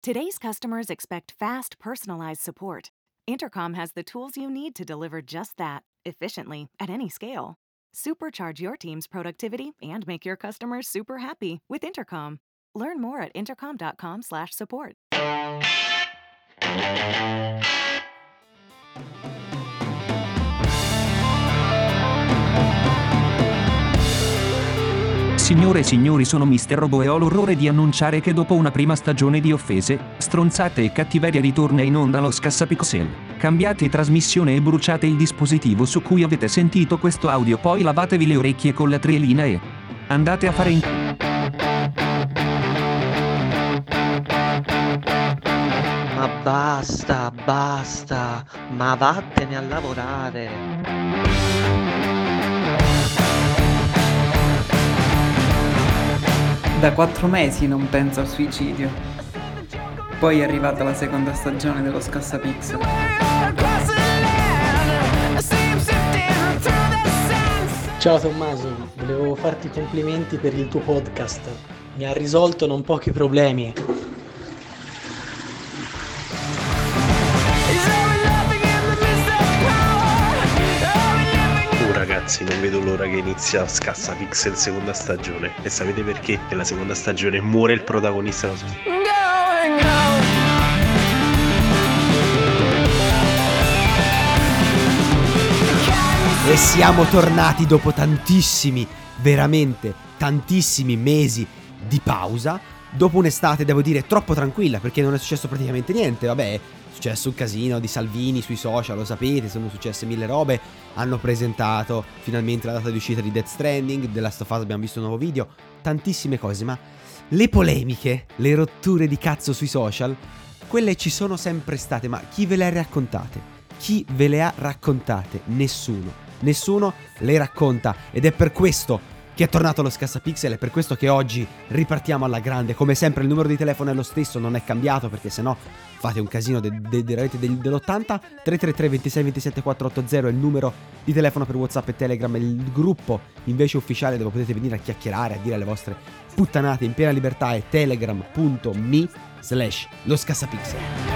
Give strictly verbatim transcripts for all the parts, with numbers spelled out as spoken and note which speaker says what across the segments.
Speaker 1: Today's customers expect fast, personalized support. Intercom has the tools you need to deliver just that, efficiently, at any scale. Supercharge your team's productivity and make your customers super happy with Intercom. Learn more at intercom.com slash support.
Speaker 2: Signore e signori, sono mister Robo e ho l'orrore di annunciare che dopo una prima stagione di offese, stronzate e cattiveria ritorna in onda lo Scassapixel. Cambiate trasmissione e bruciate il dispositivo su cui avete sentito questo audio, poi lavatevi le orecchie con la trielina e andate a fare in...
Speaker 3: Ma basta, basta, ma vattene a lavorare.
Speaker 4: Da quattro mesi non penso al suicidio. Poi è arrivata la seconda stagione dello Scassapixel.
Speaker 5: Ciao Tommaso, volevo farti i complimenti per il tuo podcast. Mi ha risolto non pochi problemi.
Speaker 6: Ragazzi, non vedo l'ora che inizia Scassapixel seconda stagione. E sapete perché? Nella seconda stagione muore il protagonista.
Speaker 7: E siamo tornati dopo tantissimi, veramente tantissimi mesi di pausa. Dopo un'estate, devo dire, troppo tranquilla, perché non è successo praticamente niente. Vabbè, è successo un casino di Salvini sui social, lo sapete, sono successe mille robe. Hanno presentato finalmente la data di uscita di Death Stranding, The Last of Us abbiamo visto un nuovo video, tantissime cose, ma le polemiche, le rotture di cazzo sui social, quelle ci sono sempre state, ma chi ve le ha raccontate? Chi ve le ha raccontate? Nessuno. Nessuno le racconta, ed è per questo che è tornato lo Scassapixel, è per questo che oggi ripartiamo alla grande. Come sempre il numero di telefono è lo stesso, non è cambiato, perché sennò fate un casino de- de- de- de- dell'ottanta. Tre tre tre ventisei ventisette quattrocentottanta è il numero di telefono per WhatsApp e Telegram, il gruppo invece ufficiale dove potete venire a chiacchierare, a dire le vostre puttanate in piena libertà, è telegram.me slash lo Scassapixel.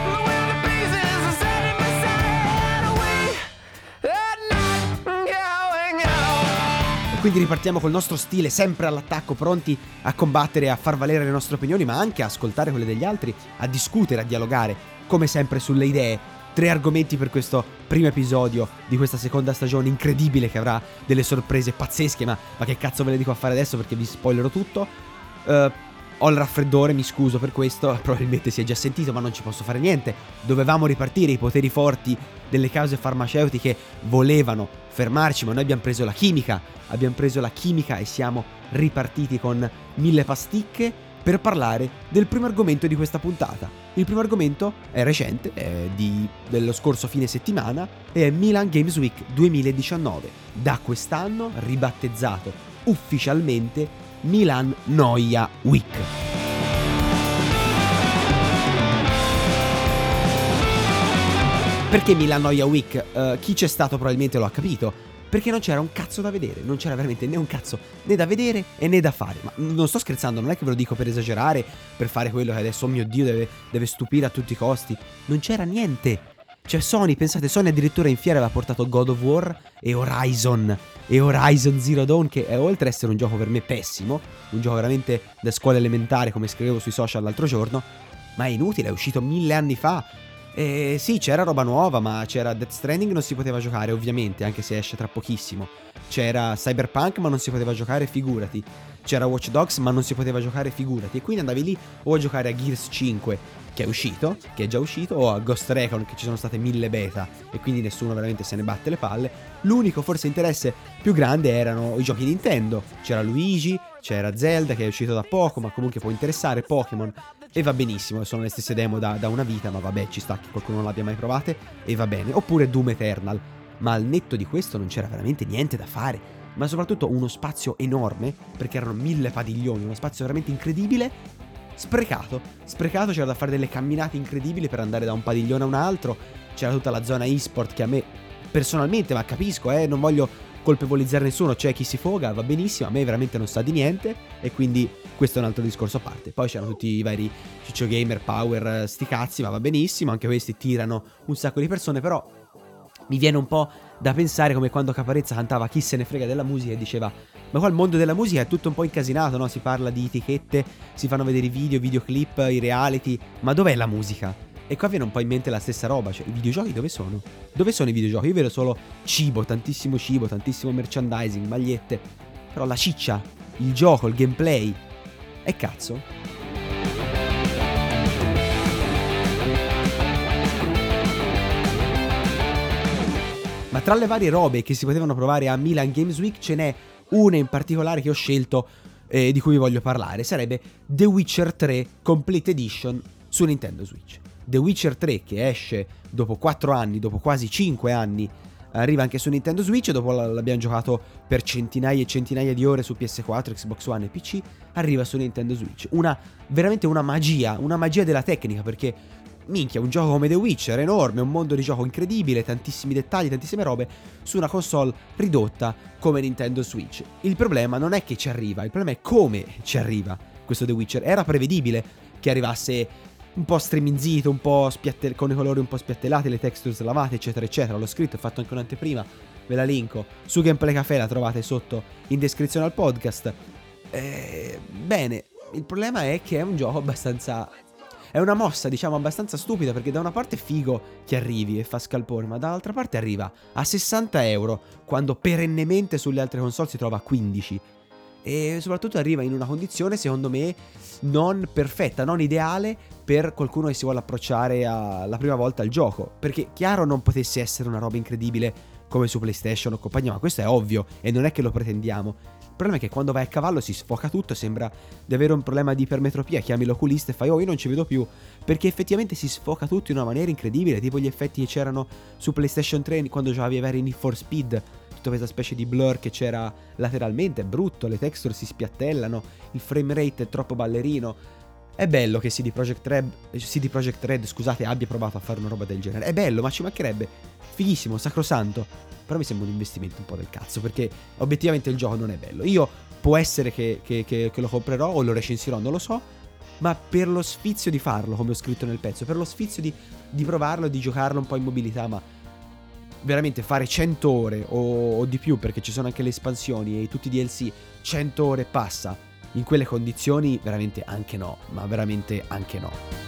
Speaker 7: Quindi ripartiamo col nostro stile, sempre all'attacco, pronti a combattere, a far valere le nostre opinioni, ma anche a ascoltare quelle degli altri, a discutere, a dialogare, come sempre sulle idee. Tre argomenti per questo primo episodio di questa seconda stagione incredibile, che avrà delle sorprese pazzesche, ma, ma che cazzo ve le dico a fare adesso perché vi spoilerò tutto. Uh, ho il raffreddore, mi scuso per questo, probabilmente si è già sentito, ma non ci posso fare niente. Dovevamo ripartire, i poteri forti delle case farmaceutiche volevano fermarci, ma noi abbiamo preso la chimica, abbiamo preso la chimica e siamo ripartiti con mille pasticche per parlare del primo argomento di questa puntata. Il primo argomento è recente, è di, dello scorso fine settimana, e è Milan Games Week duemiladiciannove, da quest'anno ribattezzato ufficialmente Milan Noia Week. Perché Milan Noia Week? Uh, chi c'è stato probabilmente lo ha capito. Perché non c'era un cazzo da vedere, non c'era veramente né un cazzo né da vedere e né da fare. Ma non sto scherzando, non è che ve lo dico per esagerare, per fare quello che adesso, oh mio Dio, deve, deve stupire a tutti i costi. Non c'era niente. Cioè Sony, pensate, Sony addirittura in fiera aveva portato God of War e Horizon e Horizon Zero Dawn, che è, oltre ad essere un gioco per me pessimo, un gioco veramente da scuola elementare, come scrivevo sui social l'altro giorno, ma è inutile, è uscito mille anni fa. E sì, c'era roba nuova, ma c'era Death Stranding, non si poteva giocare ovviamente, anche se esce tra pochissimo. C'era Cyberpunk, ma non si poteva giocare, figurati. C'era Watch Dogs, ma non si poteva giocare, figurati. E quindi andavi lì o a giocare a Gears cinque, che è uscito, che è già uscito, o a Ghost Recon, che ci sono state mille beta e quindi nessuno veramente se ne batte le palle. L'unico forse interesse più grande erano i giochi Nintendo. C'era Luigi, c'era Zelda, che è uscito da poco, ma comunque può interessare, Pokémon. E va benissimo, sono le stesse demo da, da una vita, ma vabbè, ci sta che qualcuno non l'abbia mai provate, e va bene. Oppure Doom Eternal. Ma al netto di questo non c'era veramente niente da fare, ma soprattutto uno spazio enorme, perché erano mille padiglioni, uno spazio veramente incredibile, sprecato. Sprecato, c'era da fare delle camminate incredibili per andare da un padiglione a un altro, c'era tutta la zona e-sport che a me personalmente, ma capisco, eh, non voglio colpevolizzare nessuno, c'è chi si foga, va benissimo, a me veramente non sa di niente, e quindi questo è un altro discorso a parte. Poi c'erano tutti i vari Ciccio Gamer, Power, sti cazzi, ma va benissimo, anche questi tirano un sacco di persone, però mi viene un po' da pensare come quando Caparezza cantava Chi se ne frega della musica e diceva ma qua il mondo della musica è tutto un po' incasinato, no? Si parla di etichette, si fanno vedere i video, videoclip, i reality, ma dov'è la musica? E qua viene un po' in mente la stessa roba, cioè i videogiochi dove sono? Dove sono i videogiochi? Io vedo solo cibo, tantissimo cibo, tantissimo merchandising, magliette, però la ciccia, il gioco, il gameplay, e cazzo? Ma tra le varie robe che si potevano provare a Milan Games Week ce n'è una in particolare che ho scelto e di cui vi voglio parlare. Sarebbe The Witcher tre Complete Edition su Nintendo Switch. The Witcher tre, che esce dopo quattro anni, dopo quasi cinque anni, arriva anche su Nintendo Switch. Dopo l'abbiamo giocato per centinaia e centinaia di ore su P S quattro, Xbox One e P C, arriva su Nintendo Switch. Una veramente una magia, una magia della tecnica, perché minchia, un gioco come The Witcher, enorme, un mondo di gioco incredibile, tantissimi dettagli, tantissime robe, su una console ridotta come Nintendo Switch. Il problema non è che ci arriva, il problema è come ci arriva questo The Witcher. Era prevedibile che arrivasse un po' streminzito, un po' spiattel- con i colori un po' spiattellati, le textures lavate, eccetera eccetera. L'ho scritto, ho fatto anche un'anteprima, ve la linko su Gameplay Café, la trovate sotto in descrizione al podcast. Eh, bene, il problema è che è un gioco abbastanza... È una mossa, diciamo, abbastanza stupida, perché da una parte è figo che arrivi e fa scalpore, ma dall'altra parte arriva a sessanta euro, quando perennemente sulle altre console si trova a quindici. E soprattutto arriva in una condizione, secondo me, non perfetta, non ideale per qualcuno che si vuole approcciare alla prima volta al gioco. Perché chiaro non potesse essere una roba incredibile come su PlayStation o compagnia, ma questo è ovvio e non è che lo pretendiamo. Il problema è che quando vai a cavallo si sfoca tutto, sembra di avere un problema di ipermetropia, chiami l'oculista e fai oh io non ci vedo più, perché effettivamente si sfoca tutto in una maniera incredibile, tipo gli effetti che c'erano su PlayStation tre quando giocavi a vari Need for Speed, tutta questa specie di blur che c'era lateralmente, è brutto, le texture si spiattellano, il frame rate è troppo ballerino. È bello che C D Projekt Red, C D Projekt Red, scusate, abbia provato a fare una roba del genere, è bello, ma ci mancherebbe, fighissimo, sacrosanto. Però mi sembra un investimento un po' del cazzo, perché obiettivamente il gioco non è bello. Io può essere che, che, che, che lo comprerò o lo recensirò, non lo so, ma per lo sfizio di farlo, come ho scritto nel pezzo, per lo sfizio di, di provarlo e di giocarlo un po' in mobilità, ma veramente fare cento ore o, o di più, perché ci sono anche le espansioni e tutti i D L C, cento ore passa, in quelle condizioni veramente anche no, ma veramente anche no.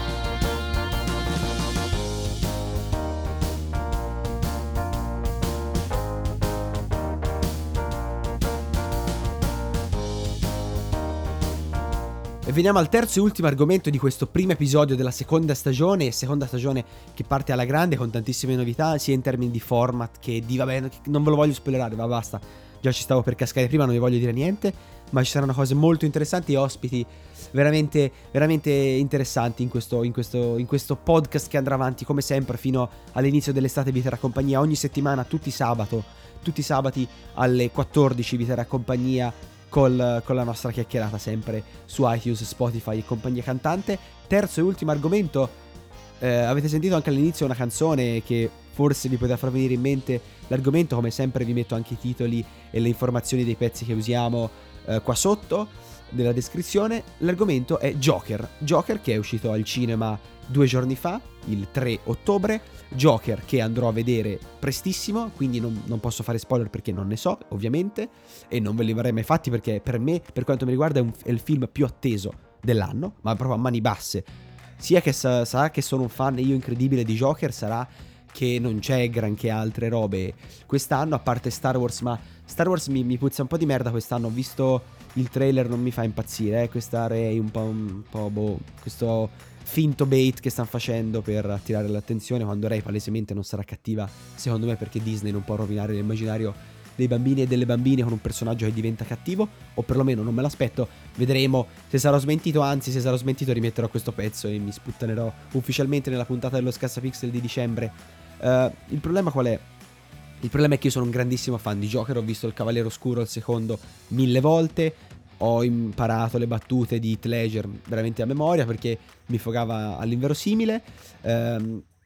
Speaker 7: E veniamo al terzo e ultimo argomento di questo primo episodio della seconda stagione, seconda stagione che parte alla grande con tantissime novità, sia in termini di format che di, vabbè, non ve lo voglio spoilerare, ma basta, già ci stavo per cascare prima, non vi voglio dire niente, ma ci saranno cose molto interessanti e ospiti veramente, veramente interessanti in questo, in questo, in questo podcast che andrà avanti come sempre fino all'inizio dell'estate. Vi terrà compagnia ogni settimana, tutti sabato, tutti i sabati alle quattordici vi terrà compagnia Col, con la nostra chiacchierata sempre su iTunes, Spotify e compagnia cantante. Terzo e ultimo argomento, eh, avete sentito anche all'inizio una canzone che forse vi poteva far venire in mente l'argomento. Come sempre vi metto anche i titoli e le informazioni dei pezzi che usiamo eh, qua sotto nella descrizione. L'argomento è Joker, Joker che è uscito al cinema due giorni fa, il tre ottobre. Joker che andrò a vedere prestissimo, quindi non, non posso fare spoiler perché non ne so, ovviamente, e non ve li avrei mai fatti perché per me, per quanto mi riguarda, è, un, è il film più atteso dell'anno, ma proprio a mani basse. Sia che sa, sarà che sono un fan io incredibile di Joker, sarà che non c'è granché altre robe quest'anno, a parte Star Wars, ma Star Wars mi, mi puzza un po' di merda quest'anno. Ho visto il trailer, non mi fa impazzire, eh, questa Rey un po', un po' boh, questo finto bait che stanno facendo per attirare l'attenzione, quando Rey palesemente non sarà cattiva, secondo me, perché Disney non può rovinare l'immaginario dei bambini e delle bambine con un personaggio che diventa cattivo, o perlomeno non me l'aspetto. Vedremo se sarò smentito, anzi se sarò smentito rimetterò questo pezzo e mi sputtanerò ufficialmente nella puntata dello Scassapixel di dicembre. Uh, il problema qual è? Il problema è che io sono un grandissimo fan di Joker, ho visto il Cavaliere Oscuro, il secondo, mille volte, ho imparato le battute di Heath Ledger veramente a memoria perché mi fogava all'inverosimile, ehm,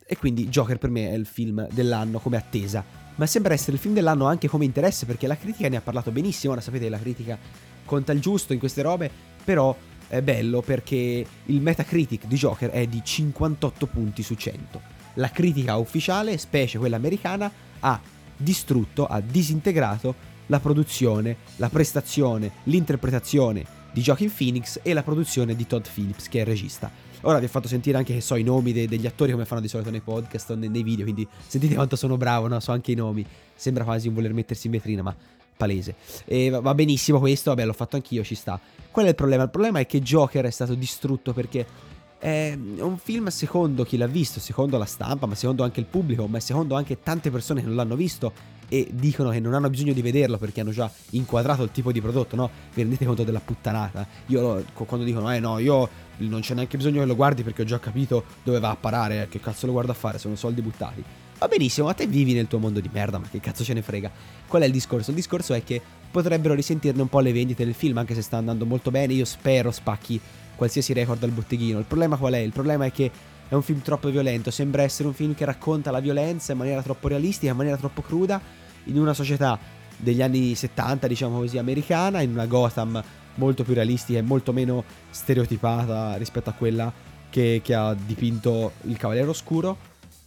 Speaker 7: E quindi Joker per me è il film dell'anno come attesa, ma sembra essere il film dell'anno anche come interesse, perché la critica ne ha parlato benissimo. Ora sapete, la critica conta il giusto in queste robe, però è bello perché il Metacritic di Joker è di cinquantotto punti su cento. La critica ufficiale, specie quella americana, ha distrutto, ha disintegrato la produzione, la prestazione, l'interpretazione di Joaquin Phoenix e la produzione di Todd Phillips, che è il regista. Ora vi ho fatto sentire anche, che so, i nomi de- degli attori come fanno di solito nei podcast o nei, nei video, quindi sentite quanto sono bravo, no? So anche i nomi. Sembra quasi un voler mettersi in vetrina, ma palese. E va, va benissimo questo, vabbè, l'ho fatto anch'io, ci sta. Qual è il problema? Il problema è che Joker è stato distrutto perché è un film, secondo chi l'ha visto, secondo la stampa, ma secondo anche il pubblico, ma secondo anche tante persone che non l'hanno visto e dicono che non hanno bisogno di vederlo perché hanno già inquadrato il tipo di prodotto, no? Vi rendete conto della puttanata? Io quando dicono eh no, io non c'è neanche bisogno che lo guardi perché ho già capito dove va a parare, che cazzo lo guardo a fare, sono soldi buttati. Va benissimo, a te vivi nel tuo mondo di merda, ma che cazzo ce ne frega. Qual è il discorso? Il discorso è che potrebbero risentirne un po' le vendite del film, anche se sta andando molto bene. Io spero spacchi qualsiasi record al botteghino. Il problema qual è? Il problema è che è un film troppo violento, sembra essere un film che racconta la violenza in maniera troppo realistica, in maniera troppo cruda, in una società degli anni settanta, diciamo così, americana, in una Gotham molto più realistica e molto meno stereotipata rispetto a quella che, che ha dipinto il Cavaliere Oscuro.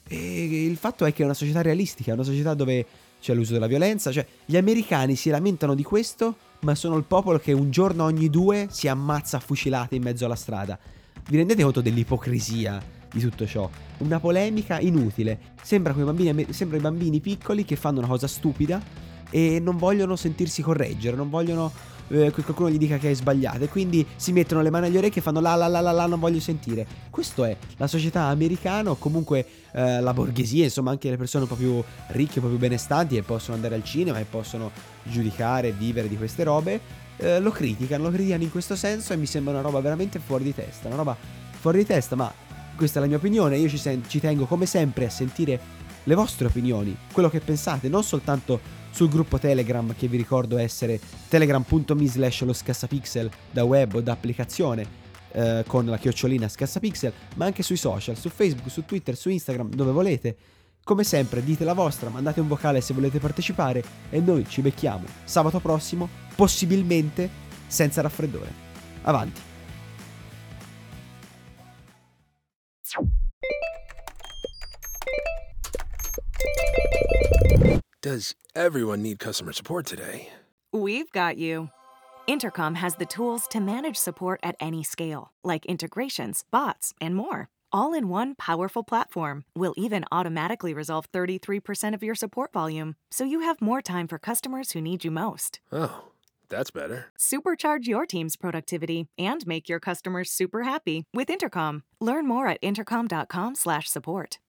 Speaker 7: E il fatto è che è una società realistica, è una società dove c'è l'uso della violenza, cioè gli americani si lamentano di questo, ma sono il popolo che un giorno ogni due si ammazza a fucilate in mezzo alla strada. Vi rendete conto dell'ipocrisia di tutto ciò? Una polemica inutile. Sembra quei bambini, sembra i bambini piccoli che fanno una cosa stupida e non vogliono sentirsi correggere, non vogliono eh, che qualcuno gli dica che è sbagliato, e quindi si mettono le mani agli orecchi e fanno la la la la la, non voglio sentire. Questo è la società americana, o comunque eh, la borghesia, insomma anche le persone un po' più ricche, un po' più benestanti, e possono andare al cinema e possono giudicare e vivere di queste robe, eh, lo criticano, lo criticano in questo senso, e mi sembra una roba veramente fuori di testa, una roba fuori di testa, ma questa è la mia opinione. Io ci, sen- ci tengo come sempre a sentire le vostre opinioni, quello che pensate, non soltanto sul gruppo Telegram, che vi ricordo essere telegram.me slash lo scassapixel da web o da applicazione eh, con la chiocciolina scassapixel, ma anche sui social, su Facebook, su Twitter, su Instagram, dove volete. Come sempre dite la vostra, mandate un vocale se volete partecipare, e noi ci becchiamo sabato prossimo, possibilmente senza raffreddore. Avanti.
Speaker 8: Does everyone need customer support today?
Speaker 1: We've got you. Intercom has the tools to manage support at any scale, like integrations, bots, and more. All in one powerful platform. We'll even automatically resolve thirty-three percent of your support volume, so you have more time for customers who need you most.
Speaker 8: Oh, that's better.
Speaker 1: Supercharge your team's productivity and make your customers super happy with Intercom. Learn more at intercom.com slash support.